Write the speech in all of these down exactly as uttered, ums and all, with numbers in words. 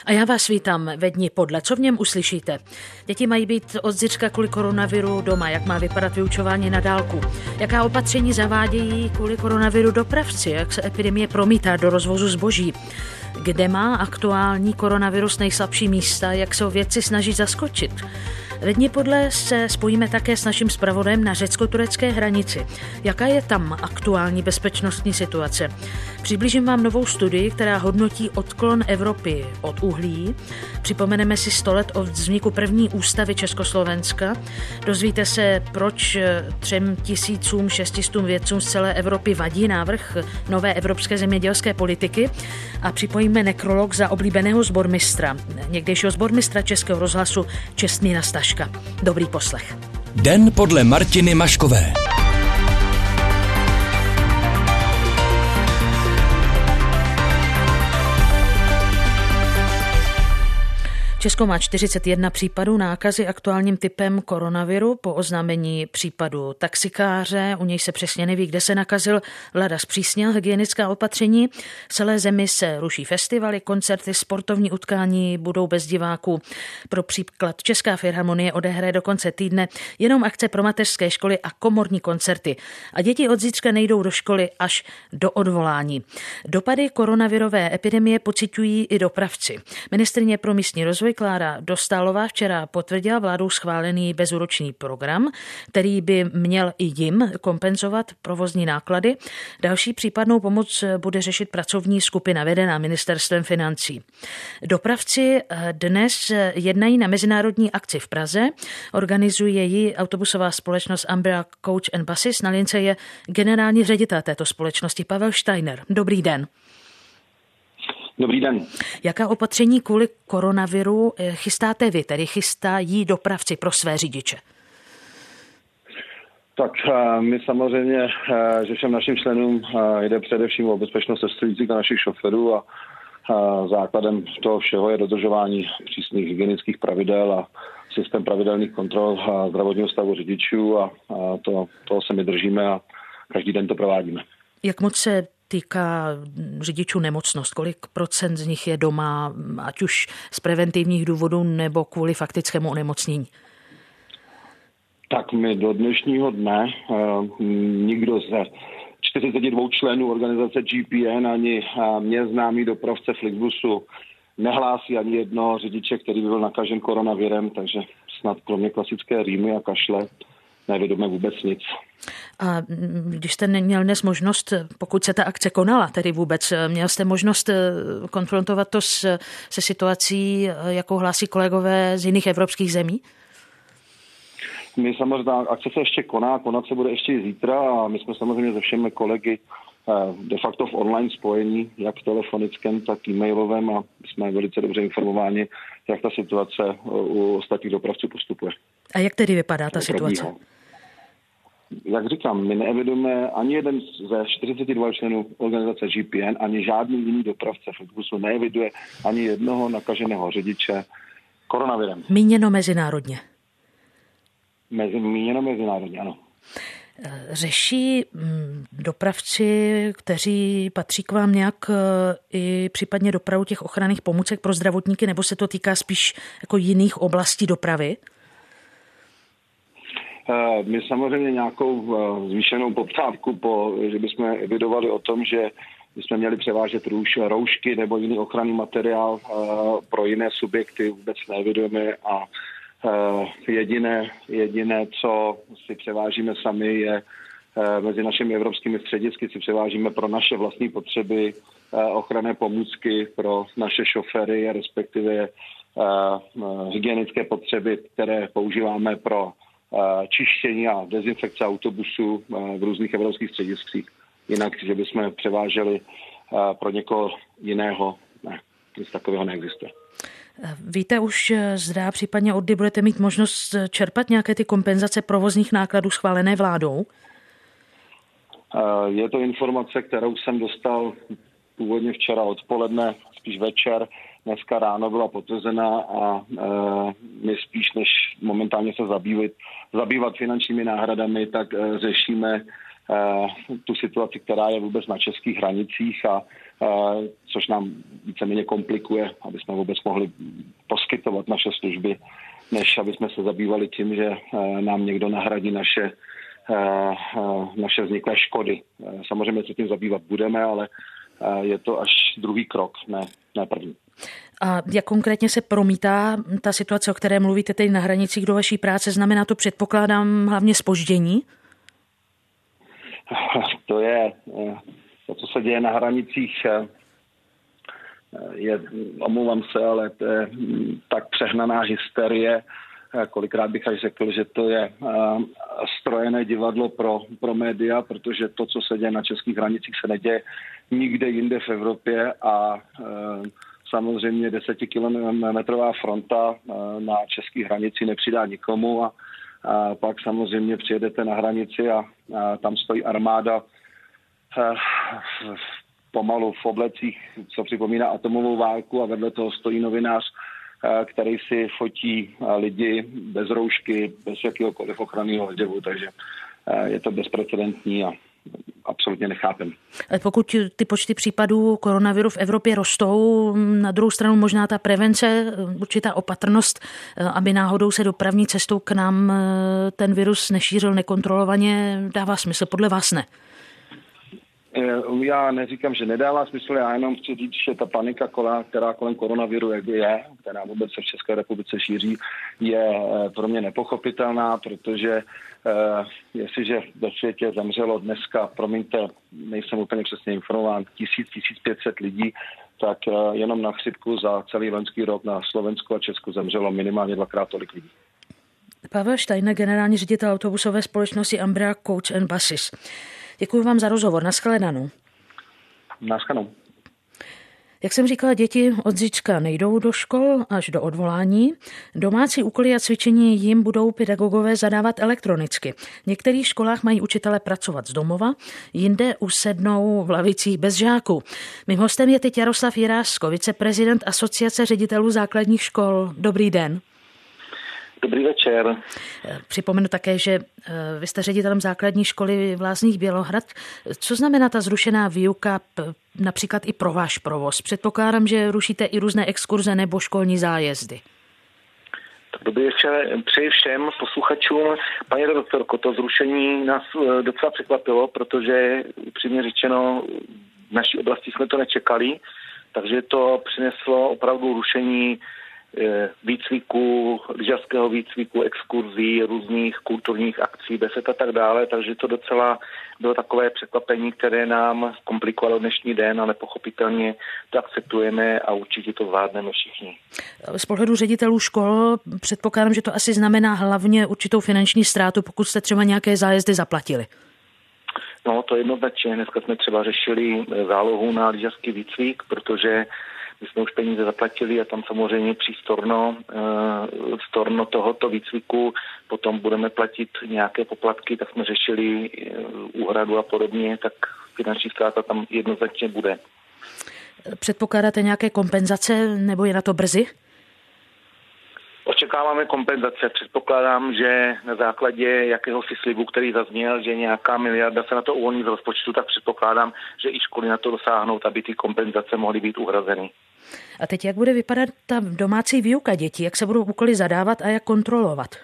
A já vás vítám ve dni podle. Co v něm uslyšíte? Děti mají být od zítřka kvůli koronaviru doma. Jak má vypadat vyučování na dálku? Jaká opatření zavádějí kvůli koronaviru dopravci? Jak se epidemie promítá do rozvozu zboží? Kde má aktuální koronavirus nejslabší místa? Jak se ho vědci snaží zaskočit? Ve dni podle se spojíme také s naším zpravodajem na řecko-turecké hranici. Jaká je tam aktuální bezpečnostní situace? Přiblížím vám novou studii, která hodnotí odklon Evropy od uhlí. Připomeneme si sto let od vzniku první ústavy Československa. Dozvíte se, proč třem tisícům šestistům vědcům z celé Evropy vadí návrh nové evropské zemědělské politiky. A připojíme nekrolog za oblíbeného sbormistra, někdejšího sbormistra Českého rozhlasu Čestmíra Staška. Dobrý poslech. Den podle Martiny Maškové. Česko má čtyřicet jedna případů nákazy aktuálním typem koronaviru po oznámení případu taxikáře. U něj se přesně neví, kde se nakazil. Vláda zpřísnila hygienická opatření. V celé zemi se ruší festivaly, koncerty, sportovní utkání budou bez diváků. Pro příklad Česká filharmonie odehraje do konce týdne jenom akce pro mateřské školy a komorní koncerty. A děti od zítřka nejdou do školy až do odvolání. Dopady koronavirové epidemie pociťují i dopravci. Ministryně pro místní rozvoj Klára Dostálová včera potvrdila vládou schválený bezúročný program, který by měl i jim kompenzovat provozní náklady. Další případnou pomoc bude řešit pracovní skupina vedená ministerstvem financí. Dopravci dnes jednají na mezinárodní akci v Praze. Organizuje ji autobusová společnost Ambra Coach and Buses. Na lince je generální ředitel této společnosti Pavel Steiner. Dobrý den. Dobrý den. Jaká opatření kvůli koronaviru chystáte vy, tedy chystají dopravci pro své řidiče? Tak my samozřejmě, že všem našim členům jde především o bezpečnost cestujících a našich šoferů a základem toho všeho je dodržování přísných hygienických pravidel a systém pravidelných kontrol a zdravotního stavu řidičů a to, toho se my držíme a každý den to provádíme. Jak moc se týká řidičů nemocnost? Kolik procent z nich je doma, ať už z preventivních důvodů nebo kvůli faktickému onemocnění? Tak my do dnešního dne uh, nikdo ze čtyřicet dva členů organizace G P N ani uh, mě známý dopravce Flixbusu nehlásí ani jednoho řidiče, který by byl nakažen koronavirem, takže snad kromě klasické rýmy a kašle nevědomé vůbec nic. A když jste neměl dnes možnost, pokud se ta akce konala, tedy vůbec, měl jste možnost konfrontovat to s, se situací, jakou hlásí kolegové z jiných evropských zemí? My samozřejmě, akce se ještě koná, konat se bude ještě i zítra a my jsme samozřejmě se všemi kolegy de facto v online spojení, jak v telefonickém, tak e-mailovém a jsme velice dobře informováni, jak ta situace u ostatních dopravců postupuje. A jak tedy vypadá ta situace? Jak říkám, my neevidujeme ani jeden ze čtyřicet dva členů organizace G P N, ani žádný jiný dopravce Flixbusu neeviduje ani jednoho nakaženého řidiče koronavirem. Míněno mezinárodně. Mezi, míněno mezinárodně, ano. Řeší dopravci, kteří patří k vám nějak i případně dopravu těch ochranných pomůcek pro zdravotníky, nebo se to týká spíš jako jiných oblastí dopravy? My samozřejmě nějakou zvýšenou poptávku, po, že bychom evidovali o tom, že bychom měli převážet růž, roušky nebo jiný ochranný materiál pro jiné subjekty, vůbec neevidujeme a jediné, jediné, co si převážíme sami, je mezi našimi evropskými středisky si převážíme pro naše vlastní potřeby ochranné pomůcky pro naše šoféry, respektive hygienické potřeby, které používáme pro čištění a dezinfekce autobusů v různých evropských střediscích. Jinak, že bychom převáželi pro někoho jiného, ne, nic takového neexistuje. Víte už, zda případně od kdy budete mít možnost čerpat nějaké ty kompenzace provozních nákladů schválené vládou? Je to informace, kterou jsem dostal původně včera odpoledne, spíš večer. Dneska ráno byla potvrzena a e, my spíš než momentálně se zabývat, zabývat finančními náhradami, tak e, řešíme e, tu situaci, která je vůbec na českých hranicích a což nám víceméně komplikuje, aby jsme vůbec mohli poskytovat naše služby, než aby jsme se zabývali tím, že nám někdo nahradí naše, naše vzniklé škody. Samozřejmě se tím zabývat budeme, ale je to až druhý krok, ne, ne první. A jak konkrétně se promítá ta situace, o které mluvíte teď na hranicích do vaší práce? Znamená to, předpokládám, hlavně zpoždění? To je, to, co se děje na hranicích, je, omlouvám se, ale to je tak přehnaná hysterie, kolikrát bych až řekl, že to je strojené divadlo pro, pro média, protože to, co se děje na českých hranicích, se neděje nikde jinde v Evropě a samozřejmě desetikilometrová fronta na českých hranicích nepřidá nikomu a, a pak samozřejmě přijedete na hranici a, a tam stojí armáda a, pomalu v oblecích, co připomíná atomovou válku a vedle toho stojí novinář, který si fotí lidi bez roušky, bez jakéhokoliv ochranného oděvu, takže je to bezprecedentní a absolutně nechápem. Ale pokud ty počty případů koronaviru v Evropě rostou, na druhou stranu možná ta prevence, určitá opatrnost, aby náhodou se dopravní cestou k nám ten virus nešířil nekontrolovaně, dává smysl, podle vás ne? Já neříkám, že nedává smysl, já jenom chci říct, že ta panika, která kolem koronaviru je, která vůbec se v České republice šíří, je pro mě nepochopitelná, protože eh, jestliže ve světě zemřelo dneska, promiňte, nejsem úplně přesně informován, tisíc, tisíc pět set lidí, tak eh, jenom na chřipku za celý loňský rok na Slovensku a Česku zemřelo minimálně dvakrát tolik lidí. Pavel Steiner, generální ředitel autobusové společnosti Ambrea Coach and Buses. Děkuji vám za rozhovor. Naschledanou. Naschledanou. Jak jsem říkala, děti od zítřka nejdou do škol až do odvolání. Domácí úkoly a cvičení jim budou pedagogové zadávat elektronicky. V některých školách mají učitelé pracovat z domova, jinde usednou v lavicích bez žáků. Mým hostem je teď Jaroslav Jirásko, viceprezident Asociace ředitelů základních škol. Dobrý den. Dobrý večer. Připomenu také, že vy jste ředitelem základní školy v Lázních Bělohrad. Co znamená ta zrušená výuka například i pro váš provoz? Předpokládám, že rušíte i různé exkurze nebo školní zájezdy. Dobrý večer, přeji všem posluchačům. Paní redaktorko, to zrušení nás docela překvapilo, protože přímě řečeno v naší oblasti jsme to nečekali, takže to přineslo opravdu rušení výcviku, lyžařského výcviku, exkurzí, různých kulturních akcí, besed a tak dále, takže to docela bylo takové překvapení, které nám komplikovalo dnešní den, ale pochopitelně to akceptujeme a určitě to zvládneme všichni. Z pohledu ředitelů škol předpokládám, že to asi znamená hlavně určitou finanční ztrátu, pokud jste třeba nějaké zájezdy zaplatili. No, to jednoznačně. Dneska jsme třeba řešili zálohu na lyžařský výcvik, protože my jsme už peníze zaplatili a tam samozřejmě při storno, storno tohoto výcviku potom budeme platit nějaké poplatky, tak jsme řešili úhradu a podobně, tak finanční ztráta tam jednoznačně bude. Předpokládáte nějaké kompenzace nebo je na to brzy? Očekáváme kompenzace. Předpokládám, že na základě jakéhosi slibu, který zazněl, že nějaká miliarda se na to uvolní z rozpočtu, tak předpokládám, že i školy na to dosáhnou, aby ty kompenzace mohly být uhrazeny. A teď jak bude vypadat ta domácí výuka dětí? Jak se budou úkoly zadávat a jak kontrolovat?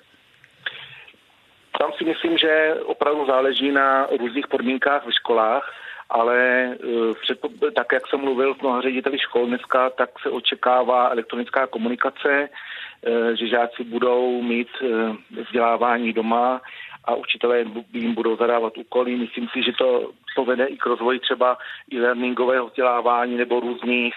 Tam si myslím, že opravdu záleží na různých podmínkách ve školách, ale tak, jak jsem mluvil s mnoha řediteli škol dneska, tak se očekává elektronická komunikace, že žáci budou mít vzdělávání doma a učitelé jim budou zadávat úkoly. Myslím si, že to povede i k rozvoji třeba i learningového vzdělávání nebo různých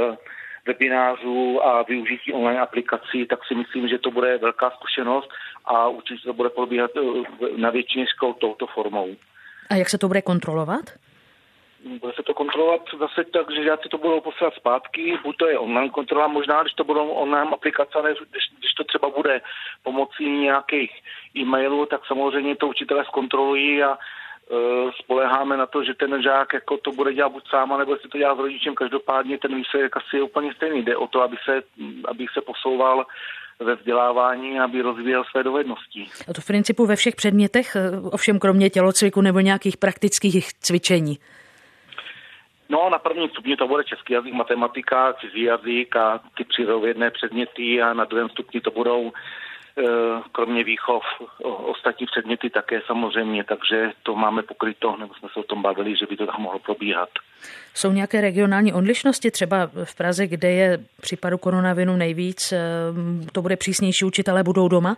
webinářů a využití online aplikací, tak si myslím, že to bude velká zkušenost a určitě to bude probíhat na většině škol touto formou. A jak se to bude kontrolovat? Bude se to kontrolovat zase tak, že žáci to budou posílat zpátky, buď to je online kontrola, možná, když to budou online aplikace, když, když to třeba bude pomocí nějakých e-mailů, tak samozřejmě to učitelé zkontrolují a e, spoléháme na to, že ten žák jako to bude dělat buď sám, nebo jestli to dělá s rodičem, každopádně ten výsledek asi je úplně stejný. Jde o to, aby se, aby se posouval ve vzdělávání, aby rozvíjel své dovednosti. A to v principu ve všech předmětech, ovšem kromě tělocviku nebo nějakých praktických cvičení? No, na prvním stupni to bude český jazyk, matematika, cizí jazyk a ty přírodovědné předměty a na druhém stupni to budou kromě výchov ostatní předměty také samozřejmě, takže to máme pokryto, nebo jsme se o tom bavili, že by to tam mohlo probíhat. Jsou nějaké regionální odlišnosti, třeba v Praze, kde je případu koronaviru nejvíc, to bude přísnější, učitelé budou doma?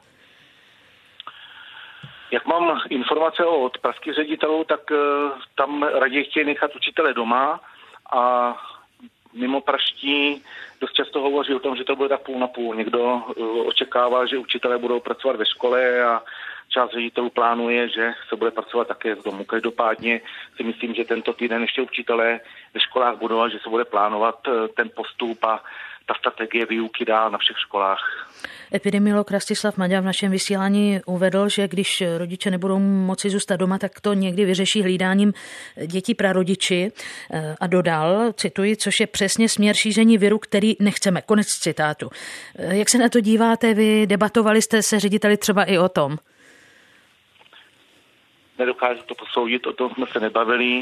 Jak mám informace od pražských ředitelů, tak tam raději chtějí nechat učitele doma a mimo praští dost často hovoří o tom, že to bude tak půl na půl. Někdo očekává, že učitelé budou pracovat ve škole a část ředitelů plánuje, že se bude pracovat také z domu. Každopádně si myslím, že tento týden ještě učitelé ve školách budou a že se bude plánovat ten postup a ta strategie výuky dál na všech školách. Epidemiolog Rastislav Maďar v našem vysílání uvedl, že když rodiče nebudou moci zůstat doma, tak to někdy vyřeší hlídáním dětí prarodiči a dodal, cituji, což je přesně směr šíření viru, který nechceme. Konec citátu. Jak se na to díváte vy? Debatovali jste se řediteli třeba i o tom? Nedokážu to posoudit, o tom jsme se nebavili.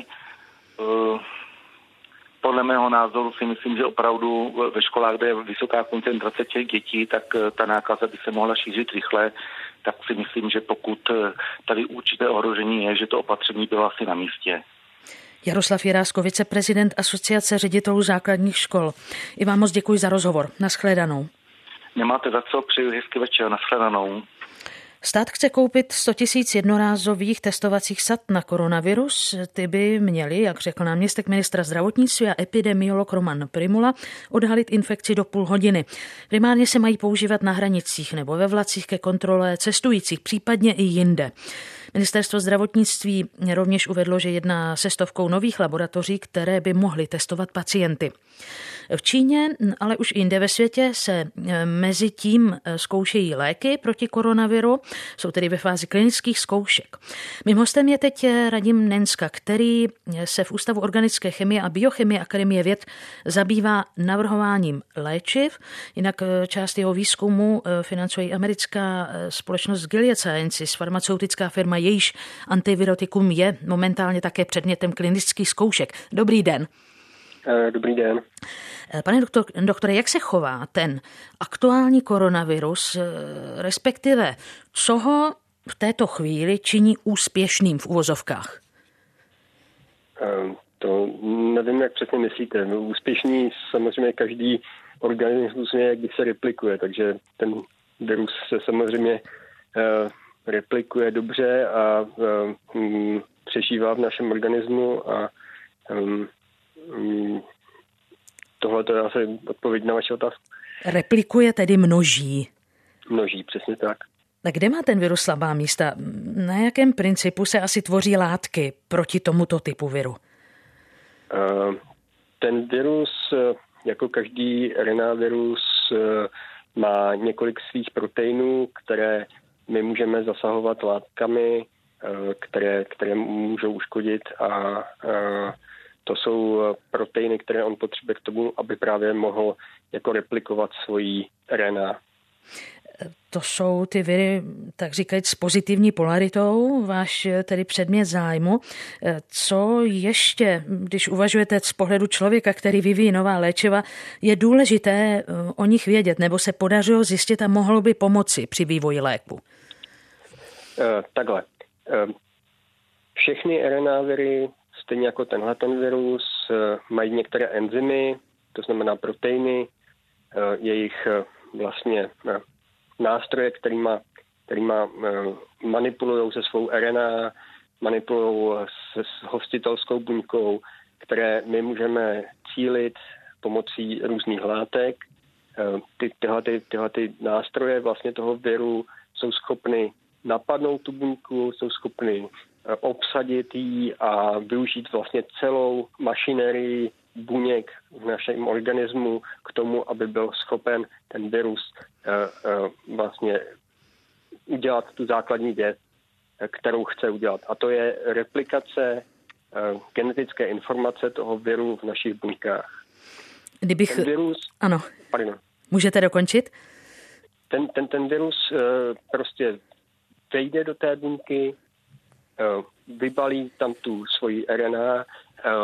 Podle mého názoru si myslím, že opravdu ve školách, kde je vysoká koncentrace těch dětí, tak ta nákaza by se mohla šířit rychle, tak si myslím, že pokud tady určité ohrožení je, že to opatření bylo asi na místě. Jaroslav Jirásko, viceprezident Asociace ředitelů základních škol. I vám moc děkuji za rozhovor. Nashledanou. Nemáte za co, přeju hezký večer. Nashledanou. Stát chce koupit sto tisíc jednorázových testovacích sad na koronavirus. Ty by měli, jak řekl náměstek ministra zdravotnictví a epidemiolog Roman Prymula, odhalit infekci do půl hodiny. Primárně se mají používat na hranicích nebo ve vlacích ke kontrole cestujících, případně i jinde. Ministerstvo zdravotnictví rovněž uvedlo, že jedná se stovkou nových laboratoří, které by mohly testovat pacienty. V Číně, ale už jinde ve světě se mezi tím zkoušejí léky proti koronaviru, jsou tedy ve fázi klinických zkoušek. Mým hostem je teď Radim Nenska, který se v Ústavu organické chemie a biochemie Akademie věd zabývá navrhováním léčiv. Jinak část jeho výzkumu financuje americká společnost Gilead Sciences, farmaceutická firma, jejíž antivirotikum je momentálně také předmětem klinických zkoušek. Dobrý den. Dobrý den. Pane doktor, doktore, jak se chová ten aktuální koronavirus, respektive co ho v této chvíli činí úspěšným v uvozovkách? To nevím, jak přesně myslíte. Úspěšný samozřejmě každý organismus je, když se replikuje, takže ten virus se samozřejmě replikuje dobře a přežívá v našem organismu a tohle to je asi odpověď na vaši otázku. Replikuje, tedy množí. Množí, přesně tak. A kde má ten virus slabá místa? Na jakém principu se asi tvoří látky proti tomuto typu viru? Ten virus, jako každý R N A virus, má několik svých proteinů, které my můžeme zasahovat látkami, které, které můžou uškodit a to jsou proteiny, které on potřebuje k tomu, aby právě mohl jako replikovat svoji R N A. To jsou ty viry, tak říkajíc, s pozitivní polaritou, váš tedy předmět zájmu. Co ještě, když uvažujete z pohledu člověka, který vyvíjí nová léčiva, je důležité o nich vědět, nebo se podařilo zjistit a mohlo by pomoci při vývoji léku? Takhle. Všechny R N A viry, stejně jako tenhle ten virus, mají některé enzymy, to znamená proteiny, jejich vlastně nástroje, kterýma, kterýma manipulují se svou R N A, manipulují se s hostitelskou buňkou, které my můžeme cílit pomocí různých látek. Ty, tyhle, ty, tyhle ty nástroje vlastně toho viru jsou schopny napadnout tu buňku, jsou schopny obsadit ji a využít vlastně celou mašinérii buněk v našem organismu k tomu, aby byl schopen ten virus uh, uh, vlastně udělat tu základní věc, kterou chce udělat. A to je replikace uh, genetické informace toho viru v našich buňkách. Kdybych... Ten virus... Ano. Pardon. Můžete dokončit? Ten, ten, ten virus uh, prostě vejde do té buňky, uh, vybalí tam tu svoji R N A, uh,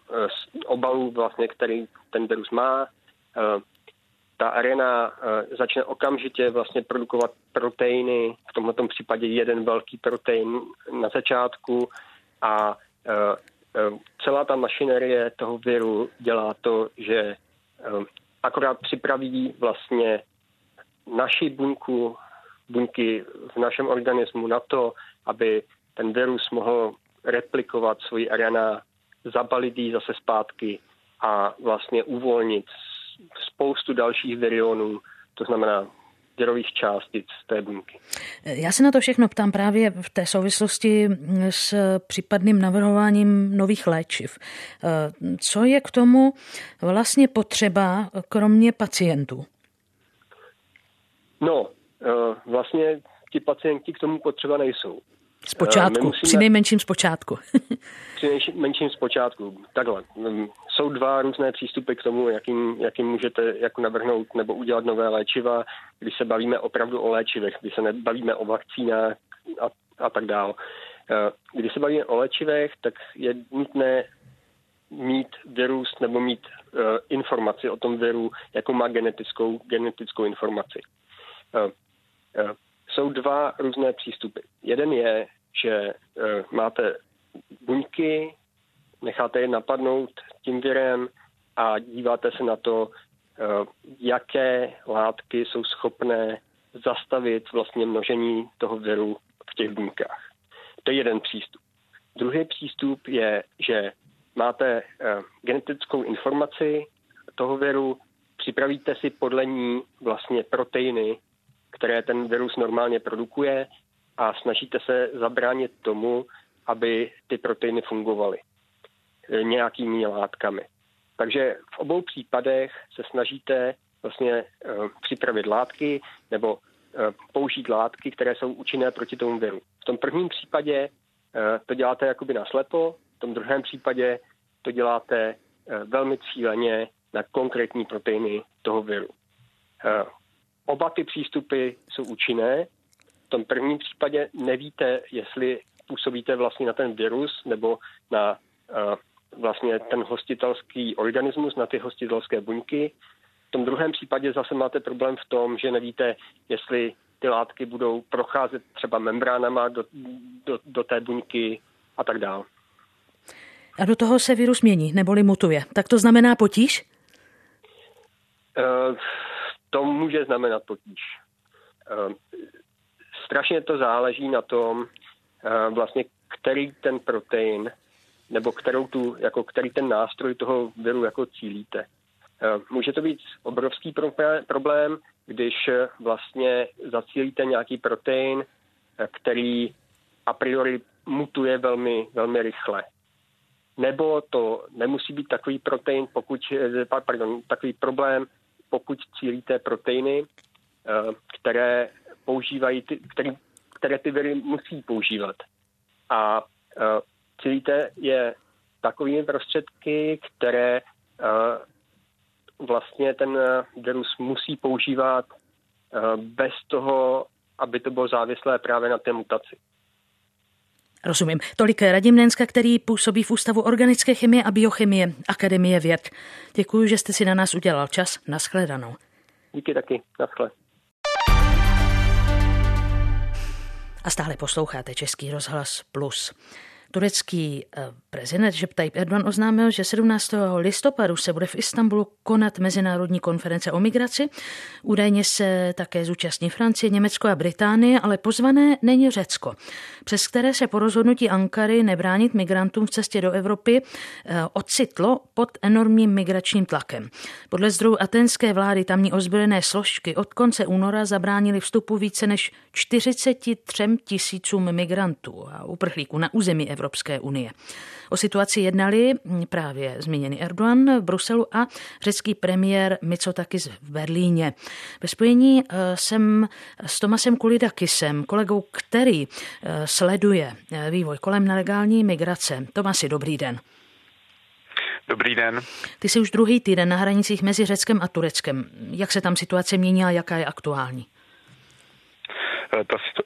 obalu, vlastně, který ten virus má. Ta arena začne okamžitě vlastně produkovat proteiny, v tomto případě jeden velký protein na začátku a celá ta mašinerie toho viru dělá to, že akorát připraví vlastně naši buňku, buňky v našem organismu na to, aby ten virus mohl replikovat svoji R N A, zabalit ji zase zpátky a vlastně uvolnit spoustu dalších virionů, to znamená virových částic z té buňky. Já se na to všechno ptám právě v té souvislosti s případným navrhováním nových léčiv. Co je k tomu vlastně potřeba, kromě pacientů? No, vlastně ti pacienti k tomu potřeba nejsou. Zpočátku, musíme... při nejmenším zpočátku. Při nejmenším zpočátku, takhle. Jsou dva různé přístupy k tomu, jakým, jakým můžete jako navrhnout nebo udělat nové léčiva, když se bavíme opravdu o léčivech, když se nebavíme o vakcínách a, a tak dále. Když se bavíme o léčivech, tak je nutné mít virus nebo mít uh, informaci o tom viru, jako má genetickou, genetickou informaci. Uh, uh, Jsou dva různé přístupy. Jeden je, že e, máte buňky, necháte je napadnout tím virem a díváte se na to, e, jaké látky jsou schopné zastavit vlastně množení toho viru v těch buňkách. To je jeden přístup. Druhý přístup je, že máte e, genetickou informaci toho viru, připravíte si podle ní vlastně proteiny, které ten virus normálně produkuje a snažíte se zabránit tomu, aby ty proteiny fungovaly nějakými látkami. Takže v obou případech se snažíte vlastně uh, připravit látky nebo uh, použít látky, které jsou účinné proti tomu viru. V tom prvním případě uh, to děláte jakoby naslepo, v tom druhém případě to děláte uh, velmi cíleně na konkrétní proteiny toho viru. Uh, Oba ty přístupy jsou účinné. V tom prvním případě nevíte, jestli působíte vlastně na ten virus nebo na uh, vlastně ten hostitelský organismus, na ty hostitelské buňky. V tom druhém případě zase máte problém v tom, že nevíte, jestli ty látky budou procházet třeba membránama do, do, do té buňky a tak dále. A do toho se virus mění, neboli mutuje. Tak to znamená potíž? Uh, To může znamenat potíž. Strašně to záleží na tom, vlastně, který ten protein nebo kterou tu, jako který ten nástroj toho viru jako cílíte. Může to být obrovský problém, když vlastně zacílíte nějaký protein, který a priori mutuje velmi, velmi rychle. Nebo to nemusí být takový protein, pokud, pardon, takový problém, pokud cílíte proteiny, které používají, ty, který, které ty viry musí používat. A cílíte je takovými prostředky, které vlastně ten virus musí používat bez toho, aby to bylo závislé právě na té mutaci. Rozumím. Tolik Radim Nenska, který působí v Ústavu organické chemie a biochemie Akademie věd. Děkuji, že jste si na nás udělal čas. Naschledanou. Díky taky. Naschle. A stále posloucháte Český rozhlas Plus. Turecký prezident Recep Tayyip Erdogan oznámil, že sedmnáctého listopadu se bude v Istanbulu konat mezinárodní konference o migraci. Údajně se také zúčastní Francie, Německo a Británie, ale pozvané není Řecko, přes které se po rozhodnutí Ankary nebránit migrantům v cestě do Evropy ocitlo pod enormním migračním tlakem. Podle zdrojů aténské vlády tamní ozbrojené složky od konce února zabránili vstupu více než čtyřicet tři tisícům migrantů a uprchlíků na území Evropské unie. O situaci jednali právě zmíněný Erdogan v Bruselu a řecký premiér Mitsotakis v Berlíně. Ve spojení jsem s Tomasem Kulidakisem, kolegou, který sleduje vývoj kolem nelegální migrace. Tomasi, dobrý den. Dobrý den. Ty jsi už druhý týden na hranicích mezi Řeckem a Tureckem. Jak se tam situace mění a jaká je aktuální? Ta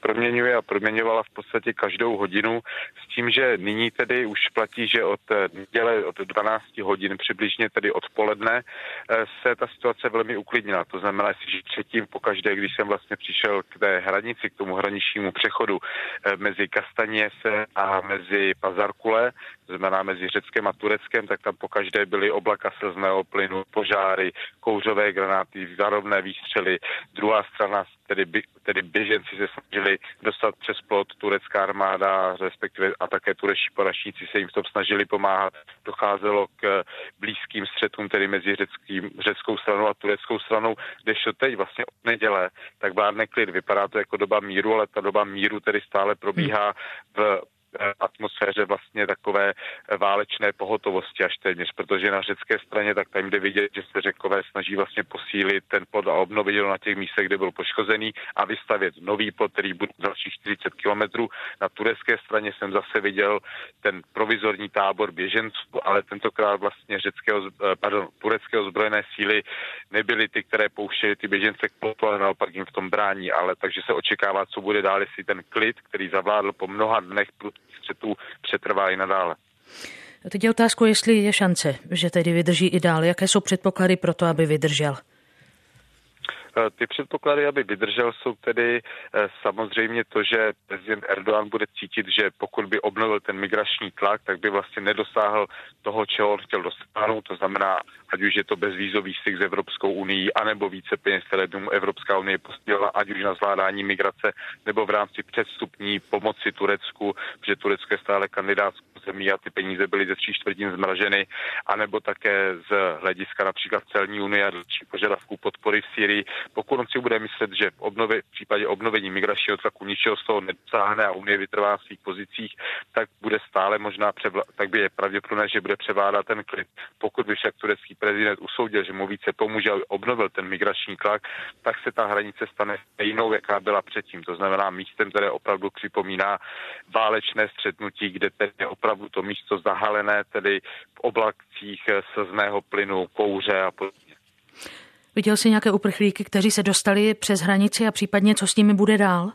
proměňuje a proměňovala v podstatě každou hodinu s tím, že nyní tedy už platí, že od neděle od dvanácti hodin přibližně tedy odpoledne se ta situace velmi uklidnila. To znamená, že předtím pokaždé, když jsem vlastně přišel k té hranici, k tomu hraničnímu přechodu mezi Kastaněse a mezi Pazarkule, to znamená mezi Řeckem a Tureckem, tak tam pokaždé byly oblaka slzného plynu, požáry, kouřové granáty, varovné výstřely. Druhá strana, tedy, tedy běženci se snažili dostat přes plot, turecká armáda, respektive a také turečtí porašníci se jim v tom snažili pomáhat. Docházelo k blízkým střetům, tedy mezi řeckým, řeckou stranou a tureckou stranou, kdežto teď vlastně od neděle, tak vládne klid. Vypadá to jako doba míru, ale ta doba míru tedy stále probíhá v atmosféře vlastně takové válečné pohotovosti až téměř, protože na řecké straně tak tam jde vidět, že se Řekové snaží vlastně posílit ten plot a obnovit ho na těch místech, kde byl poškozený a vystavět nový plot, který bude dalších čtyřicet kilometrů. Na turecké straně jsem zase viděl ten provizorní tábor běženců, ale tentokrát vlastně řeckého, pardon, turecké ozbrojené síly nebyly ty, které pouštěly ty běžence k plotu, ale naopak jim v tom brání, ale takže se očekává, co bude dál, jestli ten klid, který zavládl po mnoha dnech střetů, přetrvá i nadále. Teď je otázka, jestli je šance, že tedy vydrží i dál. Jaké jsou předpoklady pro to, aby vydržel? Ty předpoklady, aby vydržel, jsou tedy samozřejmě to, že prezident Erdogan bude cítit, že pokud by obnovil ten migrační tlak, tak by vlastně nedosáhl toho, čeho on chtěl dosáhnout. To znamená, ať už je to bezvízový styk s Evropskou unií, anebo více peněz, které by mu Evropská unie posílala, ať už na zvládání migrace, nebo v rámci předstupní pomoci Turecku, protože Turecko je stále kandidátskou zemí a ty peníze byly ze tří čtvrtin zmraženy, anebo také z hlediska například celní unie a dalších požadavků podpory v Sýrii. Pokud on si bude myslet, že v, obnově, v případě obnovení migračního tlaku ničeho z toho nedosáhne a unie vytrvá v svých pozicích, tak bude stále možná převla- tak by je pravděpodobné, že bude převládat ten klid. Pokud by však turecký prezident usoudil, že mu více pomůže, aby obnovil ten migrační tlak, tak se ta hranice stane stejnou, jaká byla předtím. To znamená místem, které opravdu připomíná válečné střetnutí, kde tedy je opravdu to místo zahalené, tedy v oblacích slzného plynu, kouře a podobně. Viděl jsi nějaké uprchlíky, kteří se dostali přes hranici a případně co s nimi bude dál?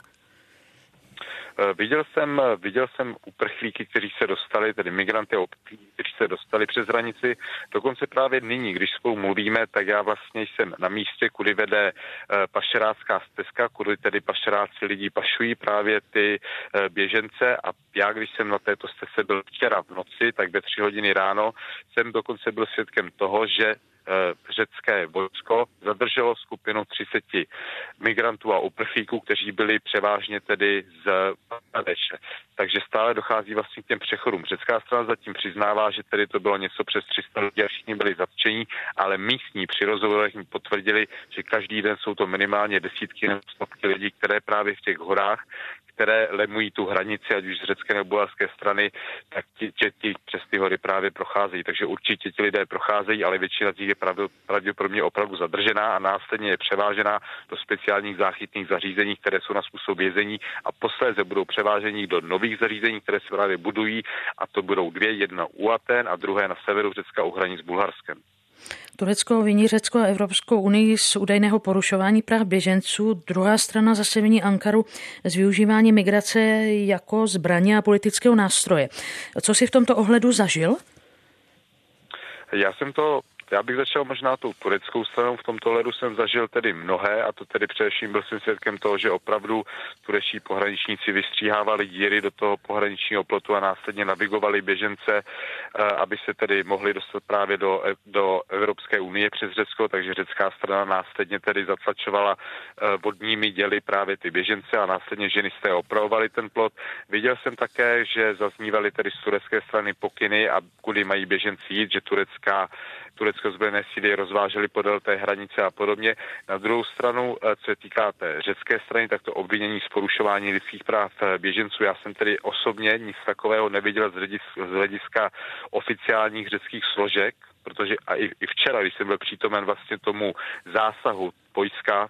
Viděl jsem, viděl jsem uprchlíky, kteří se dostali, tedy migranty a uprchlíky, kteří se dostali přes hranici. Dokonce právě nyní, když spolu mluvíme, tak já vlastně jsem na místě, kudy vede pašerácká stezka, kudy tedy pašeráci lidí pašují právě ty běžence a já, když jsem na této stezce byl včera v noci, tak ve tři hodiny ráno jsem dokonce byl svědkem toho, že řecké vojsko zadrželo skupinu třicet migrantů a uprchlíků, kteří byli převážně tedy z Bangladeše. Takže stále dochází vlastně k těm přechodům. Řecká strana zatím přiznává, že tedy to bylo něco přes tři sta lidí a všichni byli zatčení, ale místní při rozhovorech jim potvrdili, že každý den jsou to minimálně desítky nebo stovky lidí, které právě v těch horách, které lemují tu hranici, ať už z řecké nebo bulharské strany, tak ti, ti, ti přes ty hory právě procházejí. Takže určitě ti lidé procházejí, ale většina z nich je pravděpodobně opravdu zadržená a následně je převážená do speciálních záchytných zařízení, které jsou na způsob vězení a posléze budou převáženi do nových zařízení, které se právě budují a to budou dvě, jedna u Aten a druhé na severu Řecka u hranic s Bulharskem. Turecko viní Řecko a Evropskou unii z údajného porušování práv běženců. Druhá strana zase viní Ankaru z využívání migrace jako zbraně a politického nástroje. Co jsi v tomto ohledu zažil? Já jsem to Já bych začal možná tou tureckou stranou. V tomto ledu jsem zažil tedy mnohé a to tedy především byl jsem svědkem toho, že opravdu turečtí pohraničníci vystříhávali díry do toho pohraničního plotu a následně navigovali běžence, aby se tedy mohli dostat právě do, do Evropské unie přes Řecko, takže řecká strana následně tedy zatlačovala vodními děly právě ty běžence a následně ženisté opravovali ten plot. Viděl jsem také, že zaznívaly tedy z turecké strany pokyny, a kudy mají běženci jít, že turecká Turecko zbrojené síly rozvážely podél té hranice a podobně. Na druhou stranu, co se týká té řecké strany, tak to obvinění z porušování lidských práv běženců. Já jsem tedy osobně nic takového neviděl z hlediska oficiálních řeckých složek, protože a i, i včera, když jsem byl přítomen vlastně tomu zásahu vojska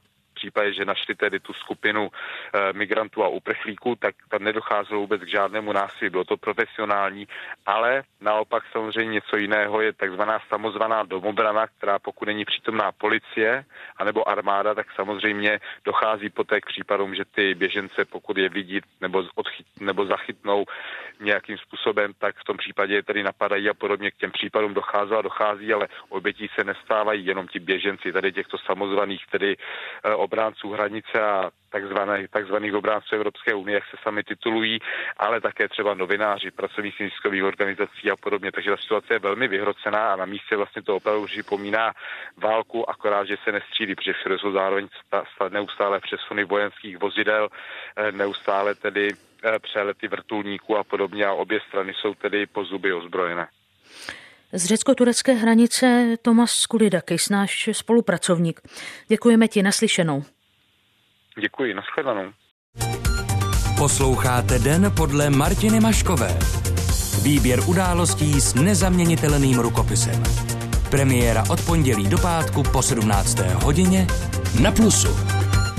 případě, že našli tedy tu skupinu e, migrantů a uprchlíků, tak tam nedocházelo vůbec k žádnému násilí, bylo to profesionální, ale naopak samozřejmě něco jiného je takzvaná samozvaná domobrana, která pokud není přítomná policie anebo armáda, tak samozřejmě dochází poté k případům, že ty běžence, pokud je vidí nebo, odchyt, nebo zachytnou nějakým způsobem, tak v tom případě je tedy napadají a podobně. K těm případům dochází a dochází, ale obětí se nestávají jenom ti běženci, tady těchto samozvaných tedy e, obránců hranice a takzvaných, takzvaných obránců Evropské unie, jak se sami titulují, ale také třeba novináři, pracovníci neziskových organizací a podobně. Takže ta situace je velmi vyhrocená a na místě vlastně to opravdu připomíná válku, akorát, že se nestřílí, protože všude jsou zároveň neustále přesuny vojenských vozidel, neustále tedy přelety vrtulníků a podobně a obě strany jsou tedy po zuby ozbrojené. Z řecko-turecké hranice Tomas Skulidakis, náš spolupracovník. Děkujeme ti, naslyšenou. Děkuji, nashledanou. Posloucháte Den podle Martiny Maškové. Výběr událostí s nezaměnitelným rukopisem. Premiéra od pondělí do pátku po sedmnácté hodině na Plusu.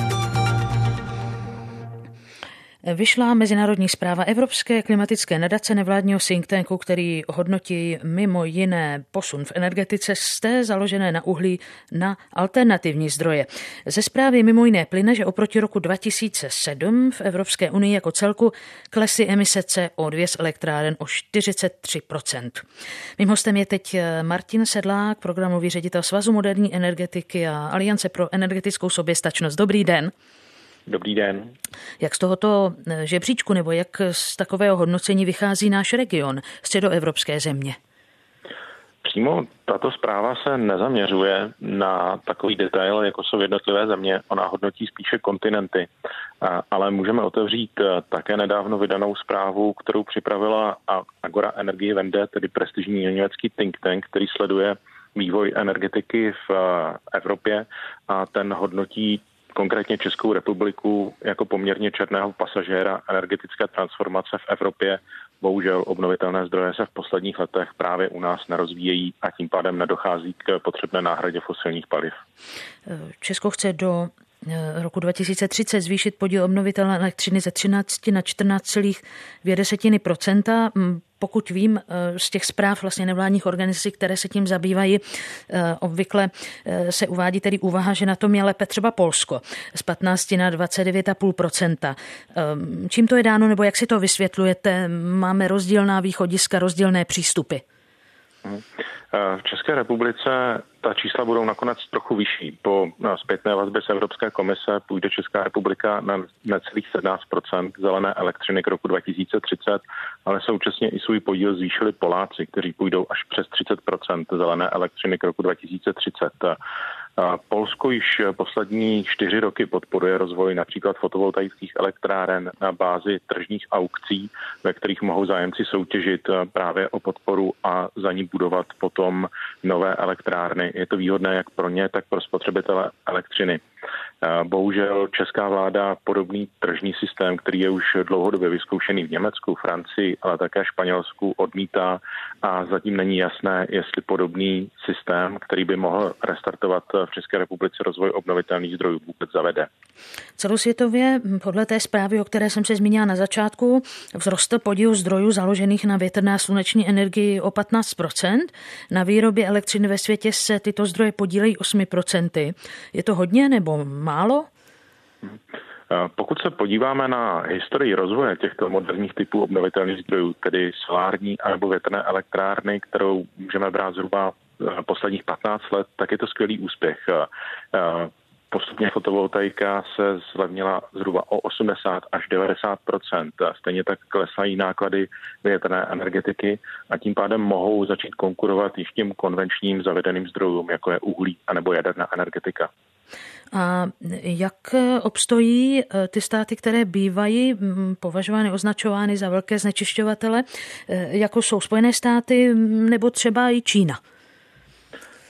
Vyšla mezinárodní zpráva Evropské klimatické nadace nevládního think tanku, který hodnotí mimo jiné posun v energetice z té založené na uhlí na alternativní zdroje. Ze zprávy mimo jiné plyne, že oproti roku dva tisíce sedm v Evropské unii jako celku klesly emise C O dva z elektráren o čtyřicet tři procent. Mým hostem je teď Martin Sedlák, programový ředitel Svazu moderní energetiky a Aliance pro energetickou soběstačnost. Dobrý den. Dobrý den. Jak z tohoto žebříčku nebo jak z takového hodnocení vychází náš region, středoevropské země? Přímo tato zpráva se nezaměřuje na takový detail, jako jsou jednotlivé země. Ona hodnotí spíše kontinenty. Ale můžeme otevřít také nedávno vydanou zprávu, kterou připravila Agora Energiewende, tedy prestižní německý think tank, který sleduje vývoj energetiky v Evropě a ten hodnotí konkrétně Českou republiku jako poměrně černého pasažéra energetické transformace v Evropě. Bohužel obnovitelné zdroje se v posledních letech právě u nás nerozvíjejí a tím pádem nedochází k potřebné náhradě fosilních paliv. Česko chce do roku dva tisíce třicet zvýšit podíl obnovitelné elektřiny ze třináct na čtrnáct celá dvě procenta. Pokud vím z těch zpráv vlastně nevládních organizací, které se tím zabývají, obvykle se uvádí tedy úvaha, že na tom je lépe třeba Polsko z patnáct na dvacet devět celá pět procenta. Čím to je dáno, nebo jak si to vysvětlujete? Máme rozdílná východiska, rozdílné přístupy. V České republice ta čísla budou nakonec trochu vyšší. Po zpětné vazbě z Evropské komise půjde Česká republika na necelých sedmnáct procent zelené elektřiny k roku dva tisíce třicet, ale současně i svůj podíl zvýšili Poláci, kteří půjdou až přes třicet procent zelené elektřiny k roku dva tisíce třicet. Polsko již poslední čtyři roky podporuje rozvoj například fotovoltaických elektráren na bázi tržních aukcí, ve kterých mohou zájemci soutěžit právě o podporu a za ní budovat potom nové elektrárny. Je to výhodné jak pro ně, tak pro spotřebitele elektřiny. Bohužel česká vláda podobný tržní systém, který je už dlouhodobě vyzkoušený v Německu, Francii, ale také Španělsku, odmítá a zatím není jasné, jestli podobný systém, který by mohl restartovat v České republice rozvoj obnovitelných zdrojů, vůbec zavede. Celosvětově podle té zprávy, o které jsem se zmínila na začátku, vzrostl podíl zdrojů založených na větrné a sluneční energii o patnáct procent. Na výrobě elektřiny ve světě se tyto zdroje podílejí osm procent. Je to hodně nebo málo? Pokud se podíváme na historii rozvoje těchto moderních typů obnovitelných zdrojů, tedy solární nebo větrné elektrárny, kterou můžeme brát zhruba posledních patnáct let, tak je to skvělý úspěch. Postupně fotovoltaika se zlevnila zhruba o osmdesát až devadesát procent. Stejně tak klesají náklady větrné energetiky a tím pádem mohou začít konkurovat již těm konvenčním zavedeným zdrojům, jako je uhlí anebo jaderná energetika. A jak obstojí ty státy, které bývají považovány, označovány za velké znečišťovatele, jako jsou Spojené státy nebo třeba i Čína?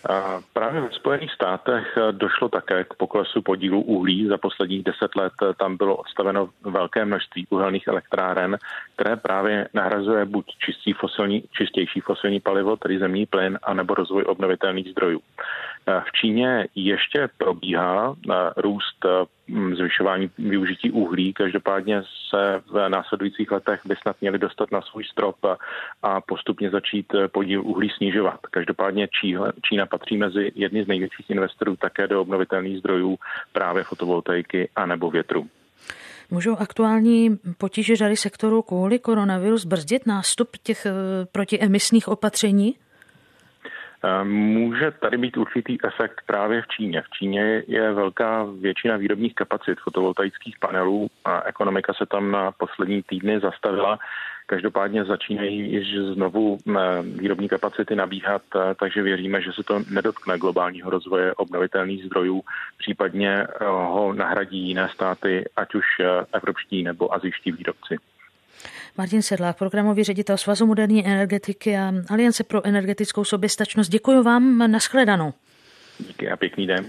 A právě ve Spojených státech došlo také k poklesu podílu uhlí. Za posledních deset let tam bylo odstaveno velké množství uhelných elektráren, které právě nahrazuje buď čistý fosilní, čistější fosilní palivo, tedy zemní plyn, anebo rozvoj obnovitelných zdrojů. V Číně ještě probíhá růst zvyšování využití uhlí. Každopádně se v následujících letech by snad měli dostat na svůj strop a postupně začít podíl uhlí snižovat. Každopádně Čína patří mezi jedny z největších investorů také do obnovitelných zdrojů, právě fotovoltaiky a nebo větru. Můžou aktuální potíže řady sektorů kvůli koronaviru zbrzdit nástup těch protiemisních opatření? Může tady být určitý efekt právě v Číně. V Číně je velká většina výrobních kapacit fotovoltaických panelů a ekonomika se tam na poslední týdny zastavila. Každopádně začínají již znovu výrobní kapacity nabíhat, takže věříme, že se to nedotkne globálního rozvoje obnovitelných zdrojů, případně ho nahradí jiné státy, ať už evropští nebo asijští výrobci. Martin Sedlák, programový ředitel Svazu moderní energetiky a Aliance pro energetickou soběstačnost. Děkuji vám, nashledanou. Díky a pěkný den.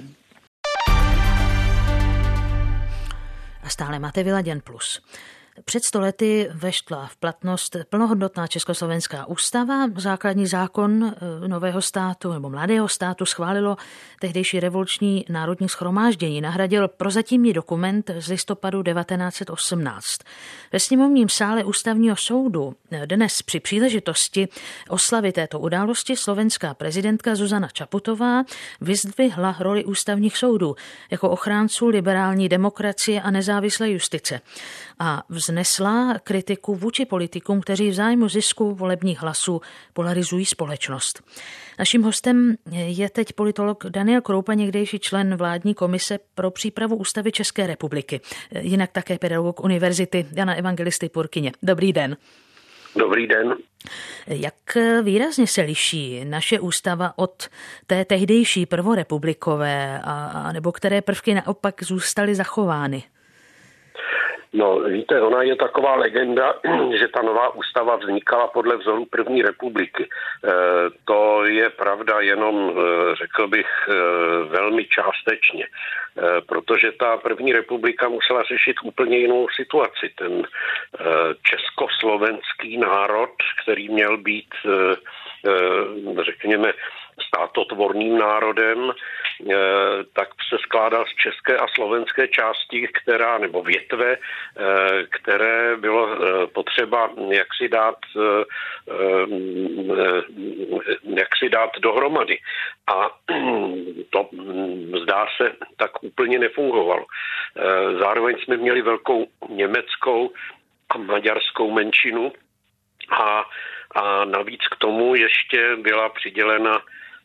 A stále máte Vyladěn plus. Před sto lety vešla v platnost plnohodnotná Československá ústava. Základní zákon nového státu nebo mladého státu schválilo tehdejší revoluční národní shromáždění. Nahradil prozatímní dokument z listopadu devatenáct set osmnáct. Ve sněmovním sále ústavního soudu dnes při příležitosti oslavy této události slovenská prezidentka Zuzana Čaputová vyzdvihla roli ústavních soudů jako ochránců liberální demokracie a nezávislé justice a vznesla kritiku vůči politikům, kteří v zájmu zisku volebních hlasů polarizují společnost. Naším hostem je teď politolog Daniel Kroupa, někdejší člen vládní komise pro přípravu ústavy České republiky, jinak také pedagog univerzity Jana Evangelisty Purkyně. Dobrý den. Dobrý den. Jak výrazně se liší naše ústava od té tehdejší prvorepublikové, a, a nebo které prvky naopak zůstaly zachovány? No, víte, ona je taková legenda, že ta nová ústava vznikala podle vzoru první republiky. E, to je pravda jenom, řekl bych, velmi částečně, e, protože ta první republika musela řešit úplně jinou situaci. Ten e, československý národ, který měl být, e, e, řekněme, státotvorným národem, tak se skládal z české a slovenské části, která, nebo větve, které bylo potřeba jaksi dát, jaksi dát dohromady. A to zdá se tak úplně nefungovalo. Zároveň jsme měli velkou německou a maďarskou menšinu a, a navíc k tomu ještě byla přidělena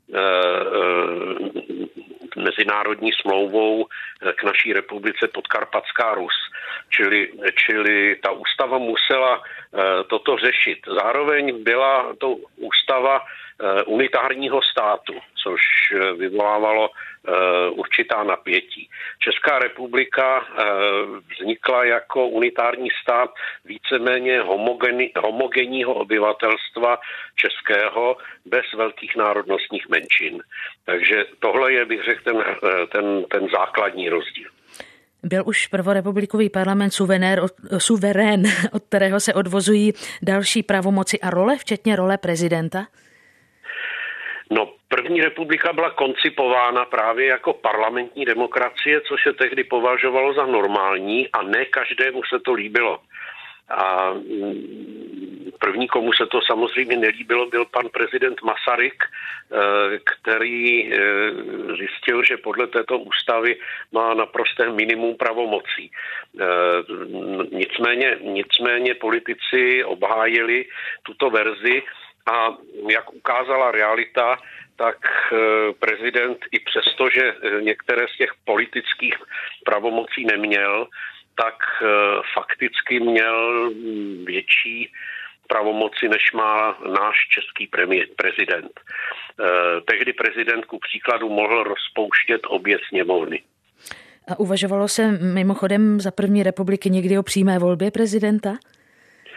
mezinárodní smlouvou k naší republice Podkarpatská Rus. Čili, čili ta ústava musela toto řešit. Zároveň byla to ústava unitárního státu, což vyvolávalo určitá napětí. Česká republika vznikla jako unitární stát víceméně homogeni, homogenního obyvatelstva českého bez velkých národnostních menšin. Takže tohle je, bych řekl, ten, ten, ten základní rozdíl. Byl už prvorepublikový parlament suverén, suverén, od kterého se odvozují další pravomoci a role, včetně role prezidenta? No, první republika byla koncipována právě jako parlamentní demokracie, což se tehdy považovalo za normální a ne každému se to líbilo. A první, komu se to samozřejmě nelíbilo, byl pan prezident Masaryk, který zjistil, že podle této ústavy má naprosté minimum pravomocí. Nicméně, nicméně politici obhájili tuto verzi a jak ukázala realita, tak prezident i přesto, že některé z těch politických pravomocí neměl, tak fakticky měl větší pravomoci, než má náš český premiér, prezident. Tehdy prezident ku příkladu mohl rozpouštět obě sněmovny. A uvažovalo se mimochodem za první republiky někdy o přímé volbě prezidenta?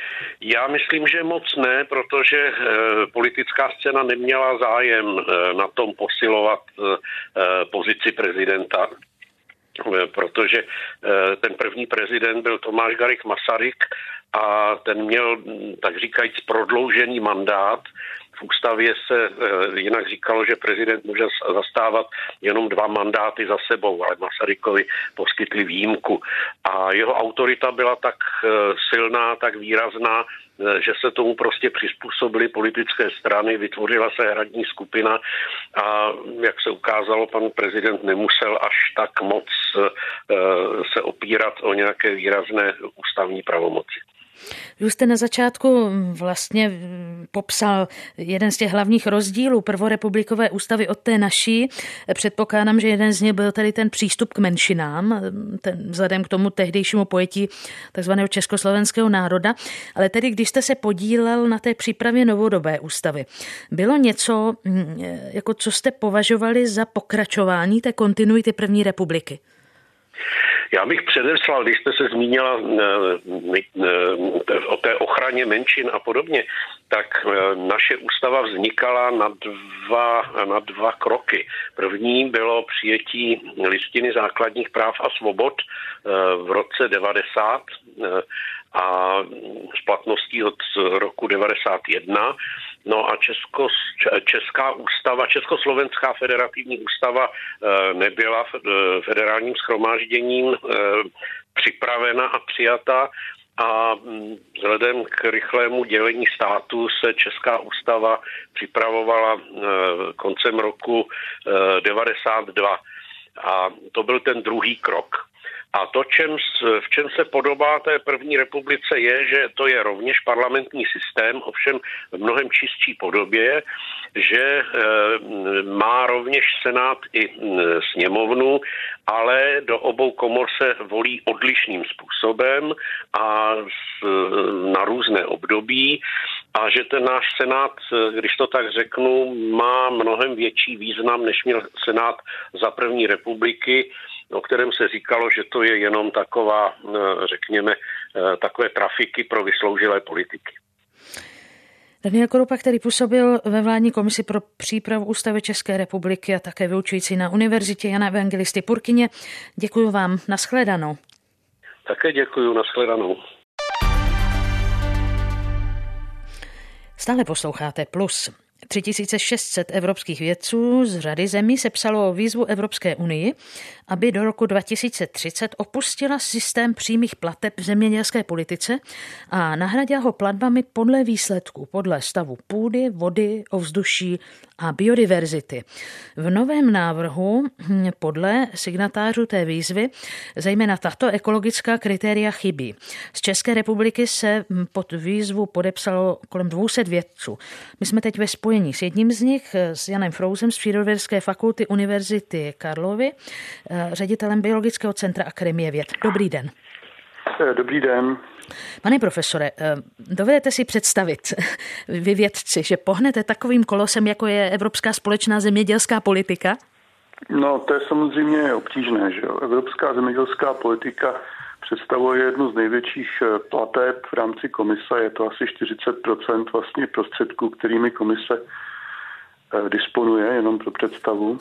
Já myslím, že moc ne, protože politická scéna neměla zájem na tom posilovat pozici prezidenta, protože ten první prezident byl Tomáš Garrigue Masaryk a ten měl, tak říkajíc, prodloužený mandát. V ústavě se jinak říkalo, že prezident může zastávat jenom dva mandáty za sebou, ale Masarykovi poskytli výjimku. A jeho autorita byla tak silná, tak výrazná, že se tomu prostě přizpůsobily politické strany, vytvořila se hradní skupina a jak se ukázalo, pan prezident nemusel až tak moc se opírat o nějaké výrazné ústavní pravomoci. Vy jste na začátku vlastně popsal jeden z těch hlavních rozdílů prvorepublikové ústavy od té naší. Předpokládám, že jeden z nich byl tady ten přístup k menšinám, ten, vzhledem k tomu tehdejšímu pojetí takzvaného československého národa. Ale tedy, když jste se podílel na té přípravě novodobé ústavy, bylo něco, jako co jste považovali za pokračování té kontinuity první republiky? Já bych předeslal, když jste se zmínila o té ochraně menšin a podobně, tak naše ústava vznikala na dva, na dva kroky. První bylo přijetí listiny základních práv a svobod v roce devadesát a s platností od roku devadesát jedna. No a Česko, Česká ústava, Československá federativní ústava nebyla federálním shromážděním připravena a přijata a vzhledem k rychlému dělení státu se Česká ústava připravovala koncem roku devadesát dva. A to byl ten druhý krok. A to, čem, v čem se podobá té první republice, je, že to je rovněž parlamentní systém, ovšem v mnohem čistší podobě, že e, má rovněž senát i sněmovnu, ale do obou komor se volí odlišným způsobem a s, na různé období a že ten náš senát, když to tak řeknu, má mnohem větší význam, než měl senát za první republiky, o kterém se říkalo, že to je jenom taková, řekněme, takové trafiky pro vysloužilé politiky. Daniel Korupa, který působil ve vládní komisi pro přípravu ústavy České republiky a také vyučující na Univerzitě Jana Evangelisty Purkyně, děkuji vám, nashledanou. Také děkuji, nashledanou. Stále posloucháte Plus. tři tisíce šest set evropských vědců z řady zemí sepsalo výzvu Evropské unii, aby do roku dva tisíce třicet opustila systém přímých plateb v zemědělské politice a nahradila ho platbami podle výsledků, podle stavu půdy, vody, ovzduší a biodiverzity. V novém návrhu podle signatářů té výzvy zejména tato ekologická kritéria chybí. Z České republiky se pod výzvu podepsalo kolem dvě stě vědců. My jsme teď ve spojení s jedním z nich, s Janem Frousem z Přírodovědecké fakulty Univerzity Karlovy, ředitelem Biologického centra Akademie věd. Dobrý den. Dobrý den. Pane profesore, dovedete si představit, vy vědci, že pohnete takovým kolosem, jako je Evropská společná zemědělská politika? No, to je samozřejmě obtížné, že jo. Evropská zemědělská politika představuje jednu z největších plateb v rámci komise. Je to asi čtyřicet procent vlastně prostředků, kterými komise disponuje, jenom pro představu.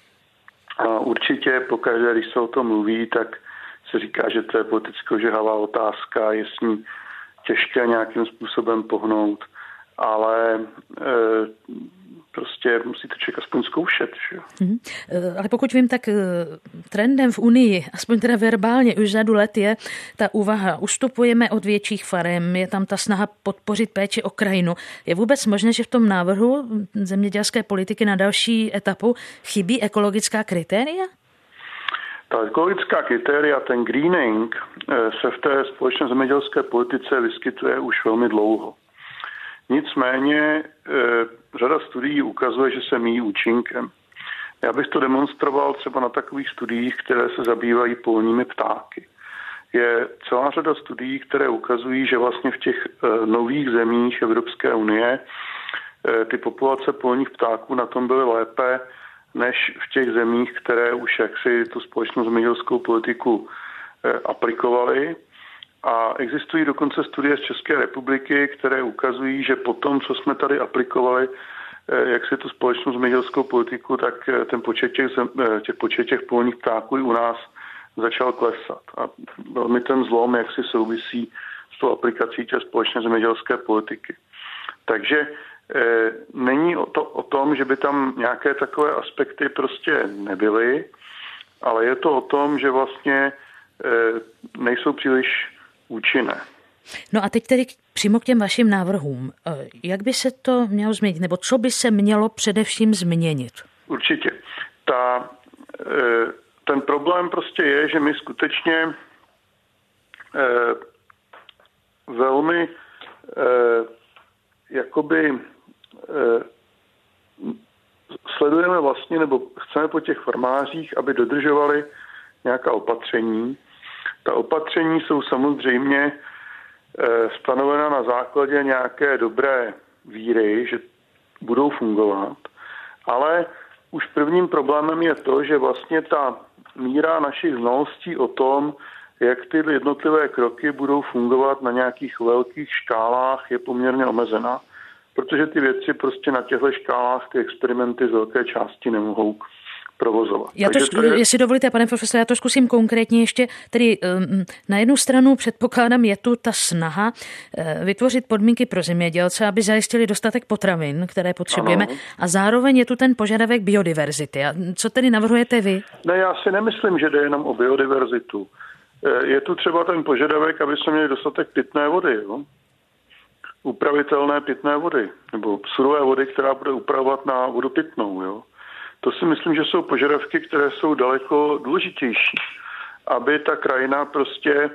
A určitě pokaždé, když se o tom mluví, tak se říká, že to je politicko ožehavá otázka, je s ní těžké nějakým způsobem pohnout, ale e, prostě musí to člověk aspoň zkoušet. Že? Hmm. Ale pokud vím, tak trendem v Unii, aspoň teda verbálně už řadu let je ta úvaha, ustupujeme od větších farem, je tam ta snaha podpořit péči o krajinu. Je vůbec možné, že v tom návrhu zemědělské politiky na další etapu chybí ekologická kritéria? Ta ekologická kritéria, ten greening, se v té společné zemědělské politice vyskytuje už velmi dlouho. Nicméně e, řada studií ukazuje, že se míjí účinkem. Já bych to demonstroval třeba na takových studiích, které se zabývají polními ptáky. Je celá řada studií, které ukazují, že vlastně v těch e, nových zemích Evropské unie e, ty populace polních ptáků na tom byly lépe než v těch zemích, které už jaksi tu společnou zemědělskou politiku e, aplikovaly. A existují dokonce studie z České republiky, které ukazují, že po tom, co jsme tady aplikovali, jak si tu společnou zemědělskou politiku, tak ten počet těch, těch, počet těch polních ptáků i u nás začal klesat. A velmi ten zlom, jak si souvisí s tou aplikací té společné zemědělské politiky. Takže e, není to o tom, že by tam nějaké takové aspekty prostě nebyly, ale je to o tom, že vlastně e, nejsou příliš účinné. No a teď tedy přímo k těm vašim návrhům. Jak by se to mělo změnit, nebo co by se mělo především změnit? Určitě. Ta, ten problém prostě je, že my skutečně velmi jakoby sledujeme vlastně, nebo chceme po těch farmářích, aby dodržovali nějaká opatření. Ta opatření jsou samozřejmě stanovena na základě nějaké dobré víry, že budou fungovat, ale už prvním problémem je to, že vlastně ta míra našich znalostí o tom, jak ty jednotlivé kroky budou fungovat na nějakých velkých škálách, je poměrně omezená, protože ty věci prostě na těchto škálách ty experimenty z velké části nemohou provozovat. Já to, to je... Jestli dovolíte, pane profesore, já to zkusím konkrétně ještě. Tedy um, na jednu stranu předpokládám je tu ta snaha uh, vytvořit podmínky pro zemědělce, aby zajistili dostatek potravin, které potřebujeme, ano. A zároveň je tu ten požadavek biodiverzity. A co tedy navrhujete vy? Ne, já si nemyslím, že jde jenom o biodiverzitu. Je tu třeba ten požadavek, aby jsme měli dostatek pitné vody, jo? Upravitelné pitné vody, nebo surové vody, která bude upravovat na vodu pitnou, jo? To si myslím, že jsou požadavky, které jsou daleko důležitější, aby ta krajina prostě e,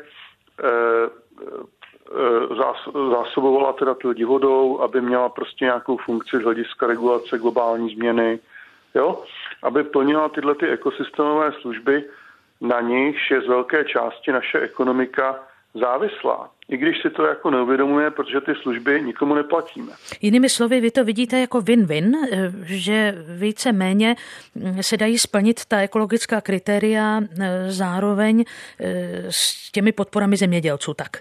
e, zás, zásobovala teda tu lidi vodou, aby měla prostě nějakou funkci z hlediska regulace globální změny, jo? Aby plnila tyhle ty ekosystémové služby, na nichž je z velké části naše ekonomika závislá. I když si to jako neuvědomuje, protože ty služby nikomu neplatíme. Jinými slovy, vy to vidíte jako win-win, že více méně se dají splnit ta ekologická kritéria zároveň s těmi podporami zemědělců, tak?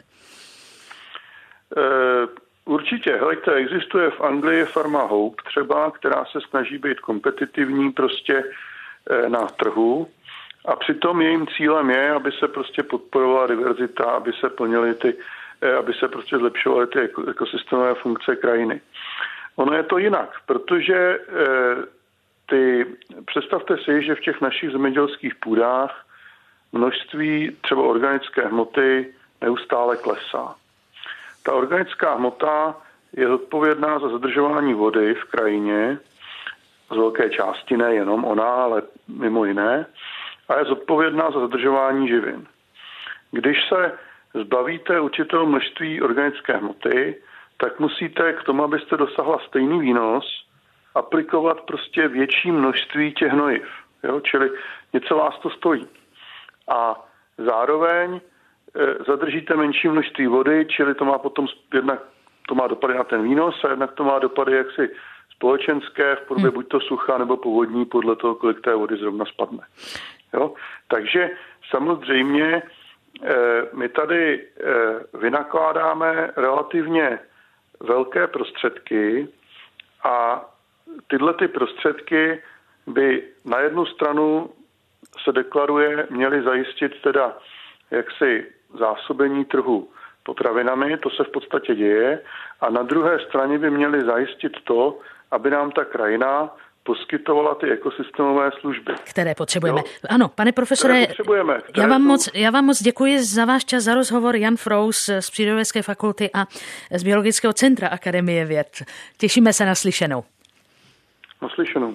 Určitě. Helejte, existuje v Anglii farma Hope třeba, která se snaží být kompetitivní prostě na trhu. A přitom jejím cílem je, aby se prostě podporovala diverzita, aby se plnily ty, aby se prostě zlepšovaly ty ekosystémové funkce krajiny. Ono je to jinak, protože ty, představte si, že v těch našich zemědělských půdách množství třeba organické hmoty neustále klesá. Ta organická hmota je odpovědná za zadržování vody v krajině, z velké části nejenom ona, ale mimo jiné, a je zodpovědná za zadržování živin. Když se zbavíte určitého množství organické hmoty, tak musíte k tomu, abyste dosahla stejný výnos, aplikovat prostě větší množství těch hnojiv. Jo? Čili něco vás to stojí. A zároveň e, zadržíte menší množství vody, čili to má potom jednak to má dopady na ten výnos a jednak to má dopady jaksi společenské v podobě hmm. buď to sucha nebo povodní podle toho, kolik té vody zrovna spadne. Jo? Takže samozřejmě my tady vynakládáme relativně velké prostředky a tyhle ty prostředky by na jednu stranu se deklaruje, měly zajistit teda jaksi zásobení trhu potravinami, to se v podstatě děje, a na druhé straně by měly zajistit to, aby nám ta krajina poskytovala ty ekosystémové služby. Které potřebujeme. Jo? Ano, pane profesore, potřebujeme, já, vám jsou... moc, já vám moc děkuji za váš čas, za rozhovor. Jan Frous z Přírodovědecké fakulty a z Biologického centra Akademie věd. Těšíme se na slyšenou. Na slyšenou.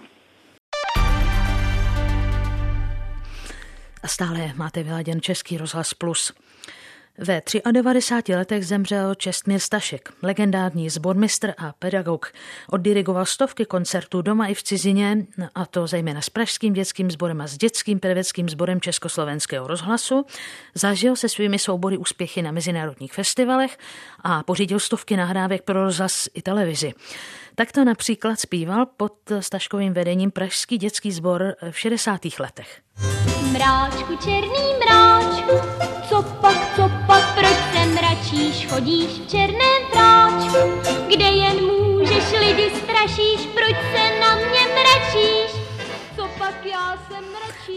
A stále máte vyladěn Český rozhlas Plus. Ve devadesátých třech letech zemřel Čestmír Stašek, legendární sbormistr a pedagog. Oddirigoval stovky koncertů doma i v cizině, a to zejména s Pražským dětským sborem a s dětským pedagogickým sborem Československého rozhlasu. Zažil se svými soubory úspěchy na mezinárodních festivalech a pořídil stovky nahrávek pro rozhlas i televizi. Takto například zpíval pod Staškovým vedením Pražský dětský sbor v šedesátých letech. Mráčku, černý mráčku, co pak, co pak, proč jsem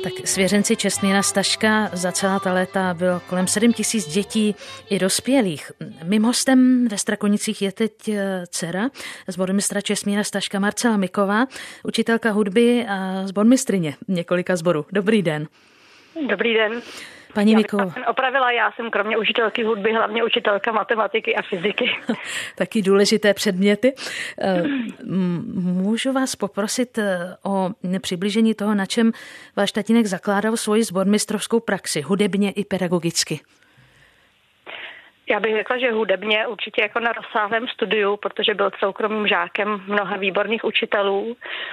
Tak svěřenci Čestmíra Staška za celá ta léta bylo kolem sedm tisíc dětí i dospělých. Mým hostem ve Strakonicích je teď dcera sbormistra Čestmíra Staška Marcela Miková, učitelka hudby a sbormistrině několika sborů. Dobrý den. Dobrý den. Paní Miková. Opravila, já jsem kromě učitelky hudby hlavně učitelka matematiky a fyziky. Taky důležité předměty. Můžu vás poprosit o přiblížení toho, na čem váš tatínek zakládal svoji sbormistrovskou praxi, hudebně i pedagogicky? Já bych řekla, že hudebně určitě jako na rozsáhlém studiu, protože byl soukromým žákem mnoha výborných učitelů.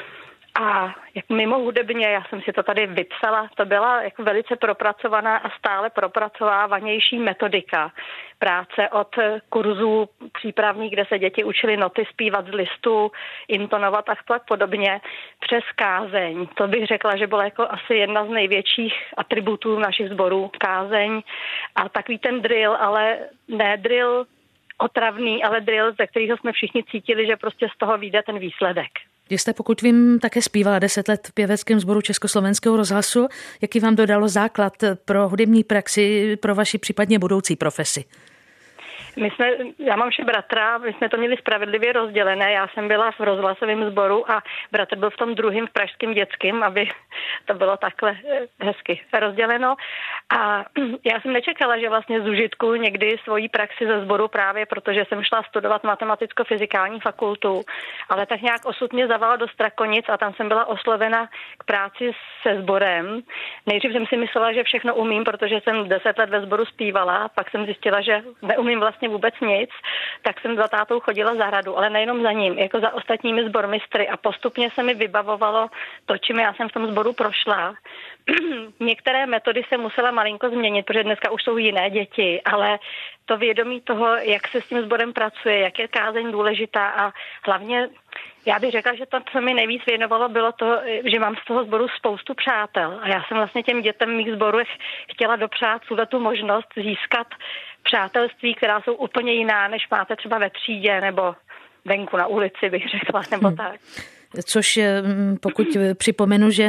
A jak mimo hudebně, já jsem si to tady vypsala, to byla jako velice propracovaná a stále propracovávanější metodika práce od kurzů přípravných, kde se děti učili noty zpívat z listu, intonovat a tak podobně, přes kázeň. To bych řekla, že byla jako asi jedna z největších atributů našich sborů, kázeň a takový ten drill, ale ne drill otravný, ale drill, ze kterého jsme všichni cítili, že prostě z toho vyjde ten výsledek. Vy jste, pokud vím, také zpívala deset let v pěveckém sboru Československého rozhlasu. Jaký vám dodalo základ pro hudební praxi, pro vaši případně budoucí profesi? My jsme, já mám ještě bratra, my jsme to měli spravedlivě rozdělené. Já jsem byla v rozhlasovém sboru a bratr byl v tom druhém v pražském dětském, aby to bylo takhle hezky rozděleno. A já jsem nečekala, že vlastně zužitku někdy svoji praxi ze sboru právě, protože jsem šla studovat matematicko-fyzikální fakultu, ale tak nějak osud mě zavala do Strakonic a tam jsem byla oslovena k práci se sborem. Nejdřív jsem si myslela, že všechno umím, protože jsem deset let ve sboru zpívala, pak jsem zjistila, že neumím vlastně vůbec nic, tak jsem za tátou chodila za radu, ale nejenom za ním, jako za ostatními sbormistry a postupně se mi vybavovalo to, čím já jsem v tom sboru prošla. Některé metody se musela malinko změnit, protože dneska už jsou jiné děti, ale to vědomí toho, jak se s tím sborem pracuje, jak je kázeň důležitá a hlavně já bych řekla, že to, co mi nejvíc věnovalo, bylo to, že mám z toho sboru spoustu přátel a já jsem vlastně těm dětem v mých sborech chtěla dopřát tu možnost získat přátelství, která jsou úplně jiná, než máte třeba ve třídě nebo venku na ulici, bych řekla, nebo hmm. tak. Což pokud připomenu, že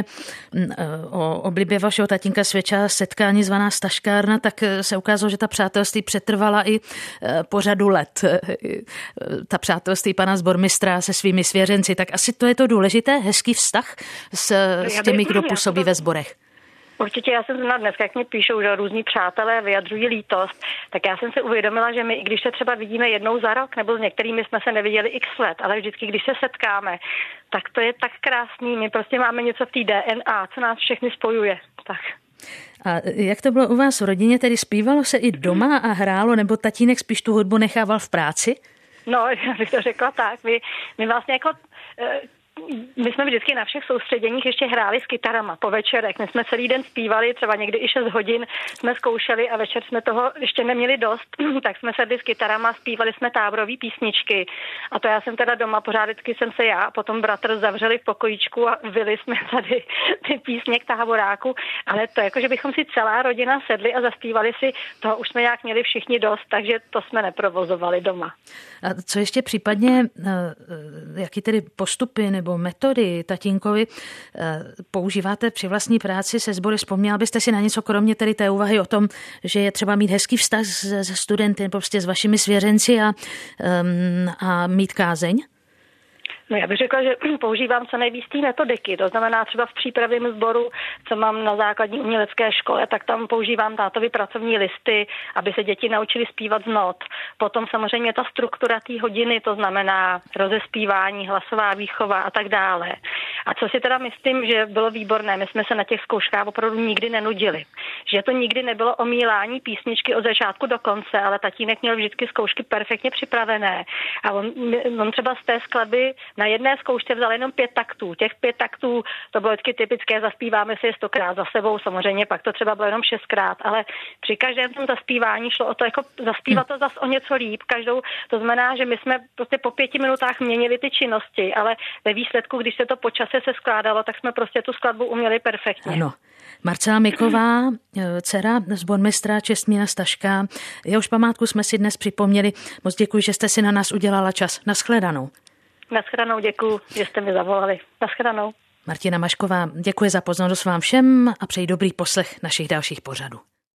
o oblibě vašeho tatínka svědčila setkání zvaná Staškárna, tak se ukázalo, že ta přátelství přetrvala i po řadu let. Ta přátelství pana sbormistra se svými svěřenci, tak asi to je to důležité, hezký vztah s, s těmi, kdo působí ve sborech. Určitě já jsem znala dneska, jak mě píšou, že různí přátelé vyjadřují lítost, tak já jsem si uvědomila, že my, i když se třeba vidíme jednou za rok, nebo s některými jsme se neviděli x let, ale vždycky, když se setkáme, tak to je tak krásný, my prostě máme něco v té D N A, co nás všechny spojuje. Tak. A jak to bylo u vás v rodině, tedy zpívalo se i doma a hrálo, nebo tatínek spíš tu hudbu nechával v práci? No, já bych to řekla tak, my, my vlastně jako... My jsme vždycky na všech soustředěních ještě hráli s kytarama po večerech. My jsme celý den zpívali, třeba někdy i šest hodin jsme zkoušeli a večer jsme toho ještě neměli dost, tak jsme sedli s kytarama, zpívali jsme táborové písničky. A to já jsem teda doma, pořád vždycky jsem se já a potom bratr zavřeli v pokojíčku a vyli jsme tady ty písně k táboráku. Ale to jako, že bychom si celá rodina sedli a zaspívali si, toho už jsme nějak měli všichni dost, takže to jsme neprovozovali doma. A co ještě případně, jaký tedy postupy nebo metody tatínkovi používáte při vlastní práci se sbory? Vzpomněla byste si na něco, kromě tedy té úvahy o tom, že je třeba mít hezký vztah se studenty, prostě s vašimi svěřenci a, a mít kázeň? No já bych řekla, že používám co nejvíc té metodiky, to znamená třeba v přípravném sboru, co mám na základní umělecké škole, tak tam používám tátovy pracovní listy, aby se děti naučili zpívat z not. Potom samozřejmě ta struktura té hodiny, to znamená rozespívání, hlasová výchova a tak dále. A co si teda myslím, že bylo výborné, my jsme se na těch zkouškách opravdu nikdy nenudili. Že to nikdy nebylo omílání písničky od začátku do konce, ale tatínek měl vždycky zkoušky perfektně připravené. A on, on třeba z té skladby na jedné zkoušce vzal jenom pět taktů. Těch pět taktů, to bylo vždycky typické, zaspíváme si je stokrát za sebou, samozřejmě pak to třeba bylo jenom šestkrát, ale při každém tom zaspívání šlo o to, jako zaspívat to zas o něco líp. Každou, to znamená, že my jsme prostě po pěti minutách měnili ty činnosti, ale ve výsledku, když se to po čase se skládalo, tak jsme prostě tu skladbu uměli perfektně. Ano. Marcela Miková, dcera sbormistra Čestmíra Staška, jehož památku jsme si dnes připomněli. Moc děkuji, že jste si na nás udělala čas. Naschledanou. Naschledanou, děkuji, že jste mi zavolali. Naschledanou. Martina Mašková, děkuji za pozornost vám všem a přeji dobrý poslech našich dalších pořadů.